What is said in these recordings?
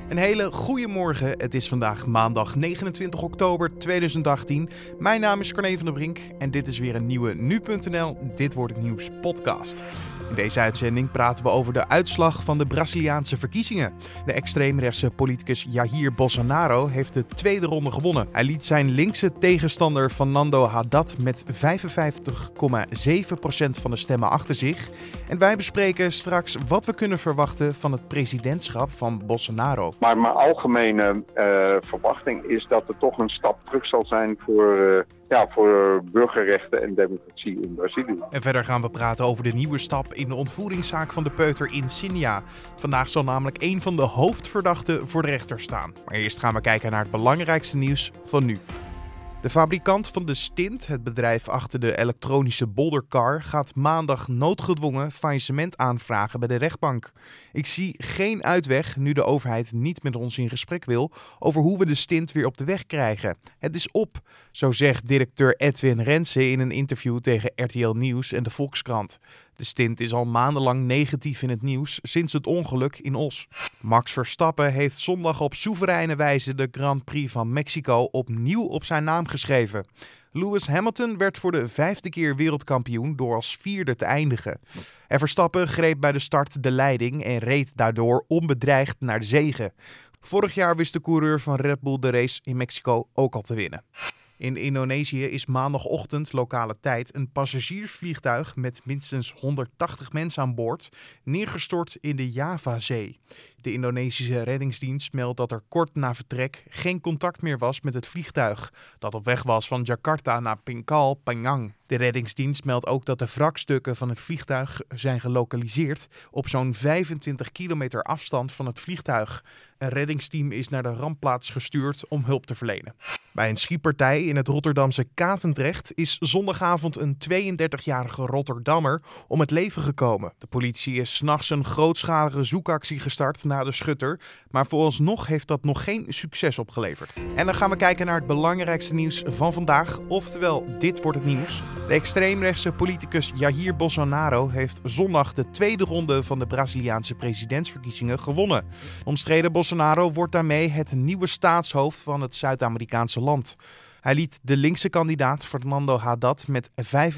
Een hele goede morgen. Het is vandaag maandag 29 oktober 2018. Mijn naam is Corné van der Brink en dit is weer een nieuwe Nu.nl Dit Wordt Het Nieuws podcast. In deze uitzending praten we over de uitslag van de Braziliaanse verkiezingen. De extreemrechtse politicus Jair Bolsonaro heeft de tweede ronde gewonnen. Hij liet zijn linkse tegenstander Fernando Haddad met 55,7% van de stemmen achter zich. En wij bespreken straks wat we kunnen verwachten van het presidentschap van Bolsonaro. Maar mijn algemene verwachting is dat er toch een stap terug zal zijn voor burgerrechten en democratie in Brazilië. En verder gaan we praten over de nieuwe stap in de ontvoeringszaak van de peuter in Sinja. Vandaag zal namelijk een van de hoofdverdachten voor de rechter staan. Maar eerst gaan we kijken naar het belangrijkste nieuws van nu. De fabrikant van de Stint, het bedrijf achter de elektronische bolderkar, gaat maandag noodgedwongen faillissement aanvragen bij de rechtbank. Ik zie geen uitweg nu de overheid niet met ons in gesprek wil over hoe we de Stint weer op de weg krijgen. Het is op, zo zegt directeur Edwin Rense in een interview tegen RTL Nieuws en de Volkskrant. De Stint is al maandenlang negatief in het nieuws sinds het ongeluk in Os. Max Verstappen heeft zondag op soevereine wijze de Grand Prix van Mexico opnieuw op zijn naam geschreven. Lewis Hamilton werd voor de 5e keer wereldkampioen door als 4e te eindigen. En Verstappen greep bij de start de leiding en reed daardoor onbedreigd naar de zege. Vorig jaar wist de coureur van Red Bull de race in Mexico ook al te winnen. In Indonesië is maandagochtend lokale tijd een passagiersvliegtuig met minstens 180 mensen aan boord neergestort in de Javazee. De Indonesische reddingsdienst meldt dat er kort na vertrek geen contact meer was met het vliegtuig, dat op weg was van Jakarta naar Pingkal, Penang. De reddingsdienst meldt ook dat de wrakstukken van het vliegtuig zijn gelokaliseerd op zo'n 25 kilometer afstand van het vliegtuig. Een reddingsteam is naar de rampplaats gestuurd om hulp te verlenen. Bij een schietpartij in het Rotterdamse Katendrecht is zondagavond een 32-jarige Rotterdammer om het leven gekomen. De politie is 's nachts een grootschalige zoekactie gestart naar de schutter, maar vooralsnog heeft dat nog geen succes opgeleverd. En dan gaan we kijken naar het belangrijkste nieuws van vandaag, oftewel dit wordt het nieuws. De extreemrechtse politicus Jair Bolsonaro heeft zondag de tweede ronde van de Braziliaanse presidentsverkiezingen gewonnen. Omstreden Bolsonaro wordt daarmee het nieuwe staatshoofd van het Zuid-Amerikaanse land. Hij liet de linkse kandidaat Fernando Haddad met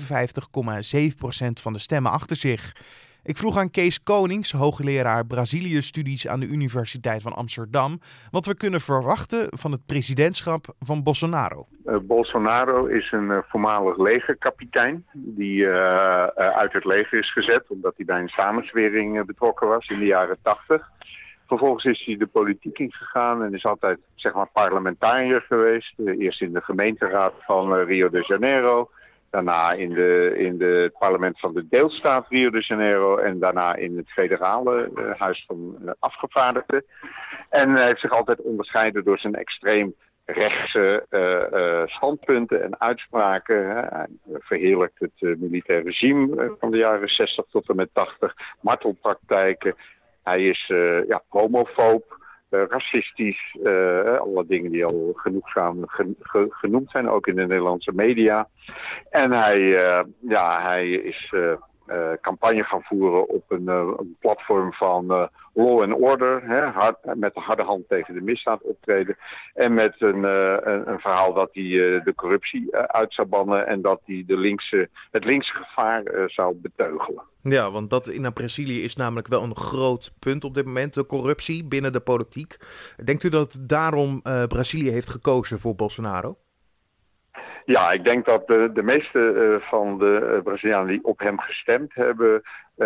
55,7% van de stemmen achter zich. Ik vroeg aan Kees Konings, hoogleraar Brazilië-studies aan de Universiteit van Amsterdam, wat we kunnen verwachten van het presidentschap van Bolsonaro. Bolsonaro is een voormalig legerkapitein die uit het leger is gezet omdat hij bij een samenzwering betrokken was in de jaren 80. Vervolgens is hij de politiek ingegaan en is altijd parlementariër geweest. Eerst in de gemeenteraad van Rio de Janeiro. Daarna in het parlement van de deelstaat Rio de Janeiro. En daarna in het federale huis van afgevaardigden. En hij heeft zich altijd onderscheiden door zijn extreem rechtse standpunten en uitspraken. Hij verheerlijkt het militaire regime van de jaren 60 tot en met 80. Martelpraktijken. Hij is homofoob, racistisch, alle dingen die al genoegzaam genoemd zijn, ook in de Nederlandse media. En hij is campagne gaan voeren op een platform van law and order, met de harde hand tegen de misdaad optreden. En met een verhaal dat hij de corruptie uit zou bannen en dat hij het linkse gevaar zou beteugelen. Ja, want dat in Brazilië is namelijk wel een groot punt op dit moment, de corruptie binnen de politiek. Denkt u dat daarom Brazilië heeft gekozen voor Bolsonaro? Ja, ik denk dat de meeste van de Brazilianen die op hem gestemd hebben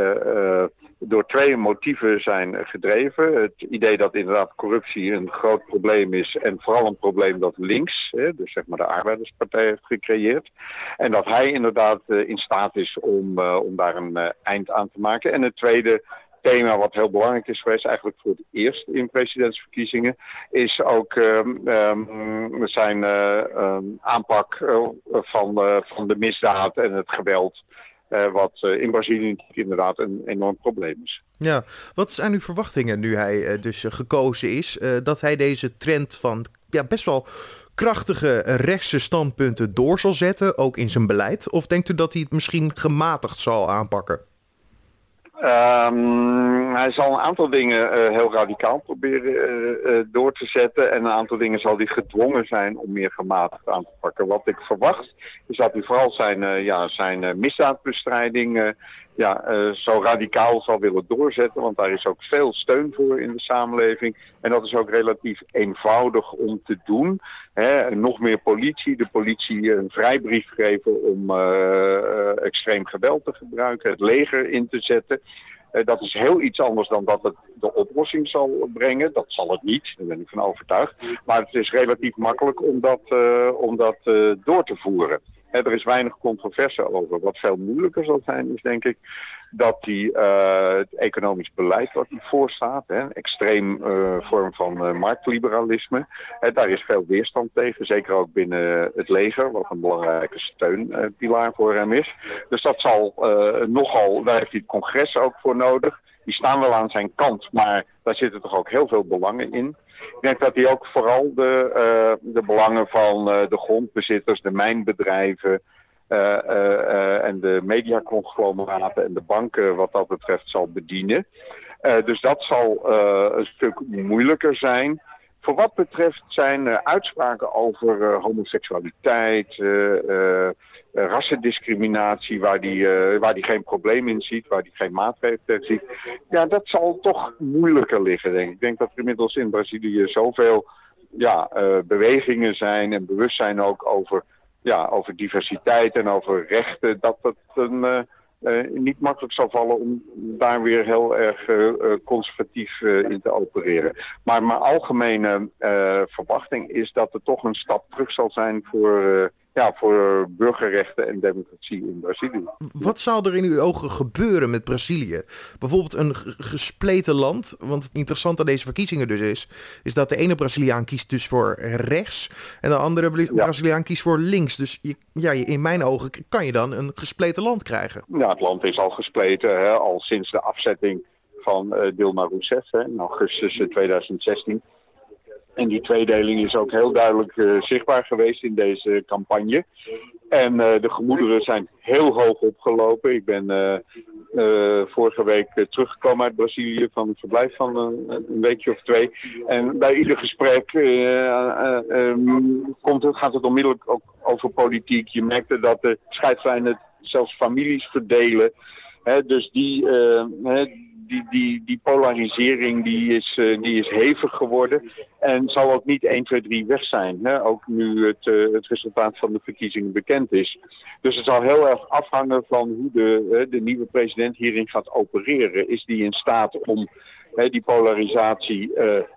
door twee motieven zijn gedreven. Het idee dat inderdaad corruptie een groot probleem is en vooral een probleem dat links, dus de Arbeiderspartij heeft gecreëerd. En dat hij inderdaad in staat is om daar een eind aan te maken. En het tweede thema wat heel belangrijk is geweest, eigenlijk voor het eerst in presidentsverkiezingen, is ook zijn aanpak van de misdaad en het geweld. Wat in Brazilië inderdaad een enorm probleem is. Ja, wat zijn uw verwachtingen nu hij dus gekozen is? Dat hij deze trend van best wel krachtige rechtse standpunten door zal zetten, ook in zijn beleid? Of denkt u dat hij het misschien gematigd zal aanpakken? Hij zal een aantal dingen heel radicaal proberen door te zetten. En een aantal dingen zal hij gedwongen zijn om meer gematigd aan te pakken. Wat ik verwacht is dat hij vooral zijn misdaadbestrijding zo radicaal zal willen doorzetten. Want daar is ook veel steun voor in de samenleving. En dat is ook relatief eenvoudig om te doen. Nog meer politie. De politie een vrijbrief geven om extreem geweld te gebruiken. Het leger in te zetten. Dat is heel iets anders dan dat het de oplossing zal brengen. Dat zal het niet, daar ben ik van overtuigd. Maar het is relatief makkelijk om dat door te voeren. Er is weinig controverse over. Wat veel moeilijker zal zijn is denk ik dat het economisch beleid wat hij voorstaat, een extreem vorm van marktliberalisme, daar is veel weerstand tegen. Zeker ook binnen het leger, wat een belangrijke steunpilaar voor hem is. Dus dat zal daar heeft hij het congres ook voor nodig. Die staan wel aan zijn kant, maar daar zitten toch ook heel veel belangen in. Ik denk dat hij ook vooral de belangen van de grondbezitters, de mijnbedrijven en de mediaconglomeraten en de banken wat dat betreft zal bedienen. Dus dat zal een stuk moeilijker zijn. Voor wat betreft zijn uitspraken over homoseksualiteit, rassendiscriminatie, waar die geen probleem in ziet, waar die geen maatregelen ziet. Ja, dat zal toch moeilijker liggen, denk ik. Ik denk dat er inmiddels in Brazilië zoveel bewegingen zijn en bewustzijn ook over diversiteit en over rechten, dat het niet makkelijk zal vallen om daar weer heel erg conservatief in te opereren. Maar mijn algemene verwachting is dat er toch een stap terug zal zijn voor burgerrechten en democratie in Brazilië. Wat zou er in uw ogen gebeuren met Brazilië? Bijvoorbeeld een gespleten land. Want het interessante aan deze verkiezingen dus is dat de ene Braziliaan kiest dus voor rechts en de andere Braziliaan kiest voor links. Dus in mijn ogen kan je dan een gespleten land krijgen. Ja, het land is al gespleten, al sinds de afzetting van Dilma Rousseff in augustus 2016. En die tweedeling is ook heel duidelijk zichtbaar geweest in deze campagne. En de gemoederen zijn heel hoog opgelopen. Ik ben vorige week teruggekomen uit Brazilië van een verblijf van een weekje of 2. En bij ieder gesprek gaat het onmiddellijk ook over politiek. Je merkte dat de scheidslijnen zelfs families verdelen. Dus die polarisering die is hevig geworden en zal ook niet 1, 2, 3 weg zijn. Ook nu het resultaat van de verkiezingen bekend is. Dus het zal heel erg afhangen van hoe de nieuwe president hierin gaat opereren. Is die in staat om die polarisatie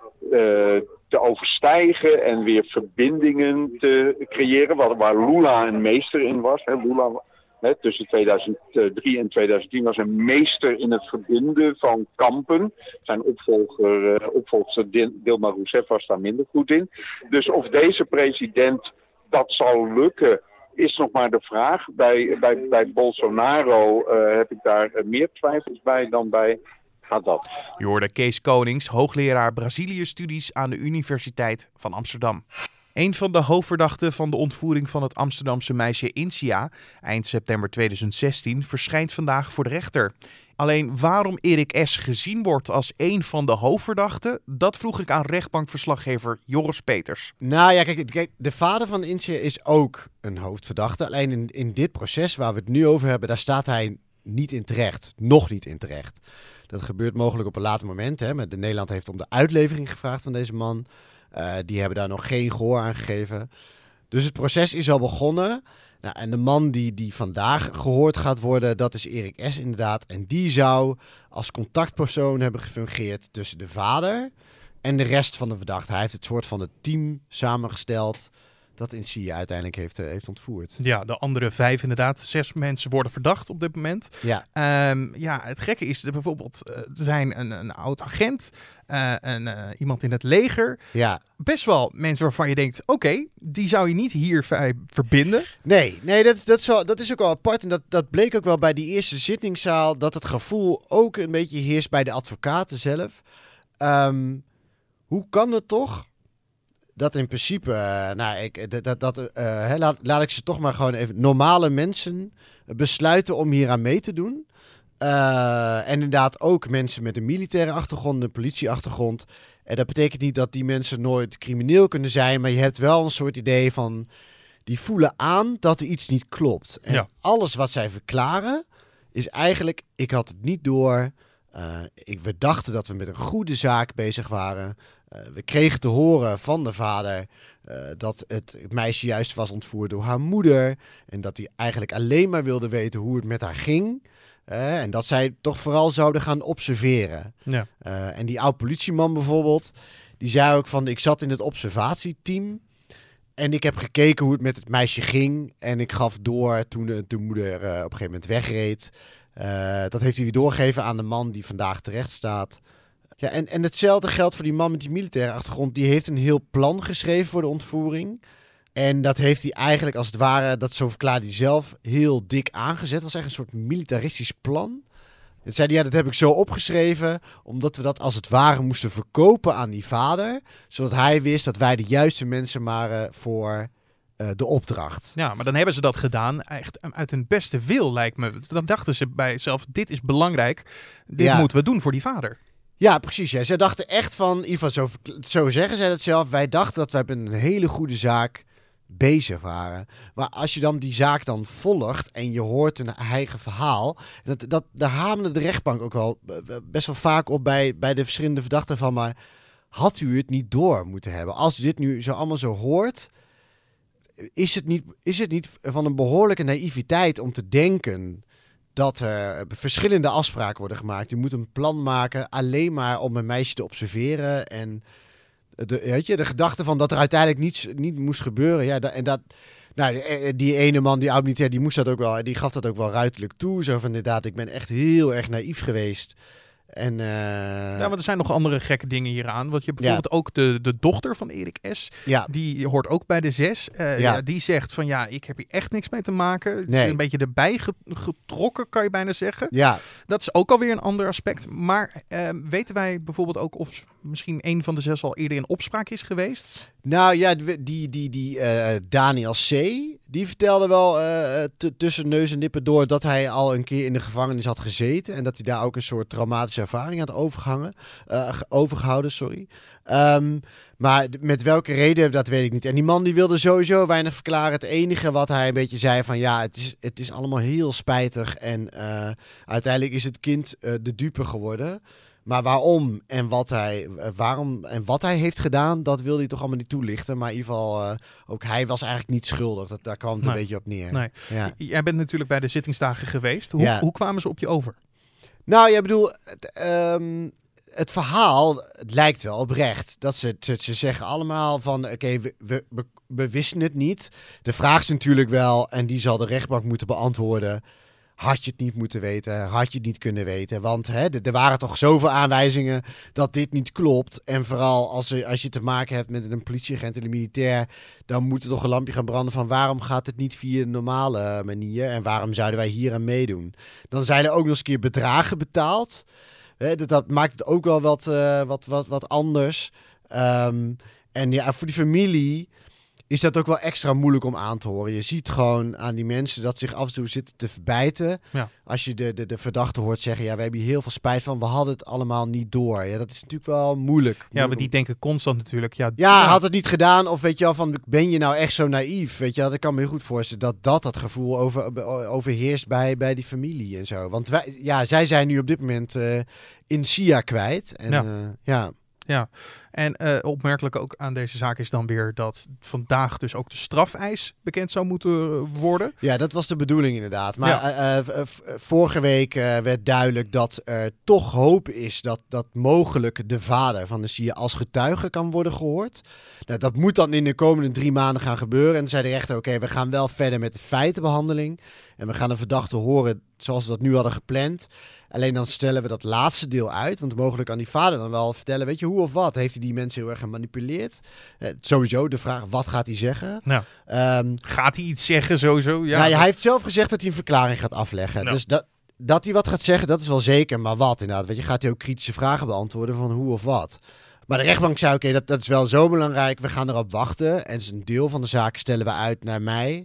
te overstijgen en weer verbindingen te creëren, waar Lula een meester in was. Lula tussen 2003 en 2010 was een meester in het verbinden van kampen. Zijn opvolger Dilma Rousseff was daar minder goed in. Dus of deze president dat zal lukken, is nog maar de vraag. Bij Bolsonaro heb ik daar meer twijfels bij dan bij Haddad. Je hoorde Kees Konings, hoogleraar Brazilië-studies aan de Universiteit van Amsterdam. Een van de hoofdverdachten van de ontvoering van het Amsterdamse meisje Incia eind september 2016 verschijnt vandaag voor de rechter. Alleen waarom Erik S. gezien wordt als een van de hoofdverdachten, dat vroeg ik aan rechtbankverslaggever Joris Peters. Nou ja, kijk, de vader van Incia is ook een hoofdverdachte. Alleen in dit proces waar we het nu over hebben, daar staat hij niet in terecht. Nog niet in terecht. Dat gebeurt mogelijk op een later moment. Nederland heeft om de uitlevering gevraagd van deze man. Die hebben daar nog geen gehoor aan gegeven. Dus het proces is al begonnen. Nou, en de man die vandaag gehoord gaat worden, dat is Erik S. inderdaad. En die zou als contactpersoon hebben gefungeerd tussen de vader en de rest van de verdachte. Hij heeft het soort van het team samengesteld dat Incia uiteindelijk heeft ontvoerd. Ja, de andere 5 inderdaad. 6 mensen worden verdacht op dit moment. Ja, het gekke is bijvoorbeeld, er zijn een oud agent, iemand in het leger. Ja. Best wel mensen waarvan je denkt, oké, die zou je niet hier verbinden. Nee, dat is ook wel apart. En dat bleek ook wel bij die eerste zittingszaal, dat het gevoel ook een beetje heerst bij de advocaten zelf. Hoe kan het toch dat in principe, laat ik ze toch maar gewoon even, normale mensen besluiten om hier aan mee te doen. En inderdaad ook mensen met een militaire achtergrond, een politieachtergrond. En dat betekent niet dat die mensen nooit crimineel kunnen zijn, maar je hebt wel een soort idee van, die voelen aan dat er iets niet klopt. En alles wat zij verklaren is eigenlijk, ik had het niet door. We dachten dat we met een goede zaak bezig waren. We kregen te horen van de vader dat het meisje juist was ontvoerd door haar moeder. En dat hij eigenlijk alleen maar wilde weten hoe het met haar ging. En dat zij toch vooral zouden gaan observeren. Ja. En die oude politieman bijvoorbeeld, die zei ook van, ik zat in het observatieteam. En ik heb gekeken hoe het met het meisje ging. En ik gaf door toen de moeder op een gegeven moment wegreed. Dat heeft hij weer doorgegeven aan de man die vandaag terecht staat. Ja, en hetzelfde geldt voor die man met die militaire achtergrond. Die heeft een heel plan geschreven voor de ontvoering. En dat heeft hij eigenlijk als het ware, dat zo verklaarde hij zelf, heel dik aangezet. Dat was echt een soort militaristisch plan. En zei hij, ja, dat heb ik zo opgeschreven, omdat we dat als het ware moesten verkopen aan die vader. Zodat hij wist dat wij de juiste mensen waren voor de opdracht. Ja, maar dan hebben ze dat gedaan echt uit hun beste wil, lijkt me. Dan dachten ze bij zichzelf, dit is belangrijk, dit moeten we doen voor die vader. Ja, precies. Ja. Zij dachten echt van, in ieder geval zo zeggen zij dat zelf, wij dachten dat wij met een hele goede zaak bezig waren. Maar als je dan die zaak dan volgt en je hoort een eigen verhaal, daar hamerde de rechtbank ook wel best wel vaak op bij de verschillende verdachten van, maar had u het niet door moeten hebben? Als u dit nu zo allemaal zo hoort, is het niet van een behoorlijke naïviteit om te denken dat er verschillende afspraken worden gemaakt. Je moet een plan maken alleen maar om een meisje te observeren en de gedachte van dat er uiteindelijk niet moest gebeuren. Ja, die ene man, die oud-militair, die moest dat ook wel, die gaf dat ook wel ruiterlijk toe. Zo van, inderdaad, ik ben echt heel erg naïef geweest. En, ja, want er zijn nog andere gekke dingen hieraan. Want je hebt bijvoorbeeld ook de dochter van Erik S. Ja. Die hoort ook bij de 6. Die zegt van, ja, ik heb hier echt niks mee te maken. Het is een beetje erbij getrokken, kan je bijna zeggen. Ja. Dat is ook alweer een ander aspect. Maar weten wij bijvoorbeeld ook of misschien een van de 6 al eerder in opspraak is geweest? Nou ja, die Daniel C., die vertelde wel tussen neus en lippen door dat hij al een keer in de gevangenis had gezeten. En dat hij daar ook een soort traumatische ervaring had overgehouden. Maar met welke reden, dat weet ik niet. En die man die wilde sowieso weinig verklaren. Het enige wat hij een beetje zei van, ja, het is allemaal heel spijtig. En uiteindelijk is het kind de dupe geworden. Maar waarom en wat hij heeft gedaan, dat wilde hij toch allemaal niet toelichten. Maar in ieder geval, ook hij was eigenlijk niet schuldig. Daar kwam het een beetje op neer. Nee. Ja. Jij bent natuurlijk bij de zittingsdagen geweest. Hoe kwamen ze op je over? Nou, jij bedoel, het verhaal, het lijkt wel oprecht. Dat ze zeggen allemaal van, oké, we wisten het niet. De vraag is natuurlijk wel, en die zal de rechtbank moeten beantwoorden, had je het niet moeten weten? Had je het niet kunnen weten? Want er waren toch zoveel aanwijzingen dat dit niet klopt. En vooral als je te maken hebt met een politieagent en een militair, dan moet er toch een lampje gaan branden van waarom gaat het niet via de normale manier? En waarom zouden wij hier aan meedoen? Dan zijn er ook nog eens een keer bedragen betaald. Dat maakt het ook wel wat anders. En ja, voor die familie is dat ook wel extra moeilijk om aan te horen. Je ziet gewoon aan die mensen dat zich af en toe zitten te verbijten. Ja. Als je de verdachte hoort zeggen, ja, we hebben hier heel veel spijt van, we hadden het allemaal niet door. Ja, dat is natuurlijk wel moeilijk. Ja, maar die denken constant natuurlijk, had het niet gedaan, of weet je wel, van, ben je nou echt zo naïef? Weet je wel, dat kan me heel goed voorstellen dat gevoel overheerst bij die familie en zo. Want zij zijn nu op dit moment in SIA kwijt. En, Ja, en opmerkelijk ook aan deze zaak is dan weer dat vandaag dus ook de strafeis bekend zou moeten worden. Ja, dat was de bedoeling inderdaad. Maar vorige week werd duidelijk dat er toch hoop is dat mogelijk de vader van de SIA als getuige kan worden gehoord. Nou, dat moet dan in de komende 3 maanden gaan gebeuren. En dan zei de rechter, oké, we gaan wel verder met de feitenbehandeling. En we gaan de verdachte horen zoals we dat nu hadden gepland. Alleen dan stellen we dat laatste deel uit. Want mogelijk kan die vader dan wel vertellen, weet je, hoe of wat? Heeft hij die mensen heel erg gemanipuleerd? Sowieso de vraag, wat gaat hij zeggen? Ja. Gaat hij iets zeggen sowieso? Ja. Nou, hij heeft zelf gezegd dat hij een verklaring gaat afleggen. Ja. Dus dat hij wat gaat zeggen, dat is wel zeker. Maar wat inderdaad? Weet je, gaat hij ook kritische vragen beantwoorden van hoe of wat? Maar de rechtbank zei, oké, dat is wel zo belangrijk. We gaan erop wachten. En dus een deel van de zaak stellen we uit naar mei.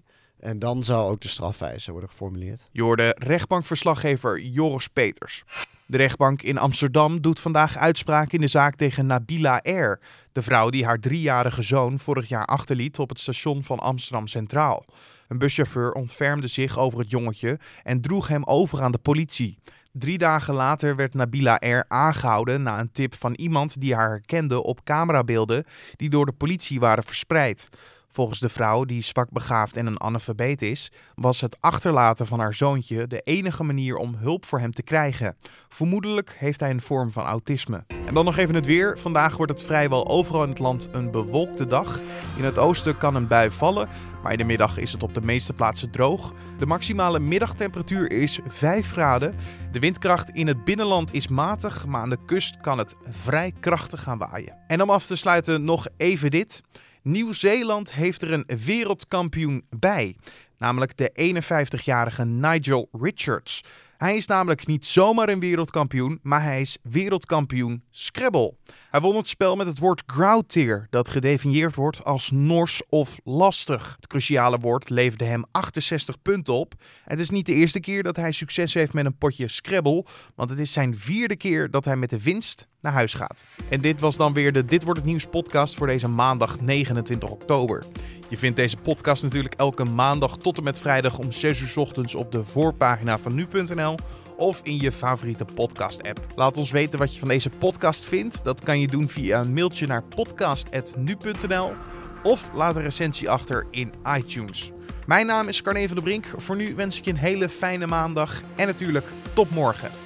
En dan zou ook de strafwijze worden geformuleerd. Je hoorde rechtbankverslaggever Joris Peters. De rechtbank in Amsterdam doet vandaag uitspraak in de zaak tegen Nabila R., de vrouw die haar 3-jarige zoon vorig jaar achterliet op het station van Amsterdam Centraal. Een buschauffeur ontfermde zich over het jongetje en droeg hem over aan de politie. 3 dagen later werd Nabila R. aangehouden na een tip van iemand die haar herkende op camerabeelden die door de politie waren verspreid. Volgens de vrouw, die zwakbegaafd en een analfabeet is, was het achterlaten van haar zoontje de enige manier om hulp voor hem te krijgen. Vermoedelijk heeft hij een vorm van autisme. En dan nog even het weer. Vandaag wordt het vrijwel overal in het land een bewolkte dag. In het oosten kan een bui vallen, maar in de middag is het op de meeste plaatsen droog. De maximale middagtemperatuur is 5 graden. De windkracht in het binnenland is matig, maar aan de kust kan het vrij krachtig gaan waaien. En om af te sluiten nog even dit. Nieuw-Zeeland heeft er een wereldkampioen bij, namelijk de 51-jarige Nigel Richards. Hij is namelijk niet zomaar een wereldkampioen, maar hij is wereldkampioen Scrabble. Hij won het spel met het woord Growlithe, dat gedefinieerd wordt als nors of lastig. Het cruciale woord leverde hem 68 punten op. Het is niet de eerste keer dat hij succes heeft met een potje Scrabble, want het is zijn 4e keer dat hij met de winst naar huis gaat. En dit was dan weer de Dit Wordt Het Nieuws podcast voor deze maandag 29 oktober. Je vindt deze podcast natuurlijk elke maandag tot en met vrijdag om 6 uur 's ochtends op de voorpagina van nu.nl of in je favoriete podcast-app. Laat ons weten wat je van deze podcast vindt. Dat kan je doen via een mailtje naar podcast@nu.nl of laat een recensie achter in iTunes. Mijn naam is Carne van der Brink. Voor nu wens ik je een hele fijne maandag en natuurlijk tot morgen.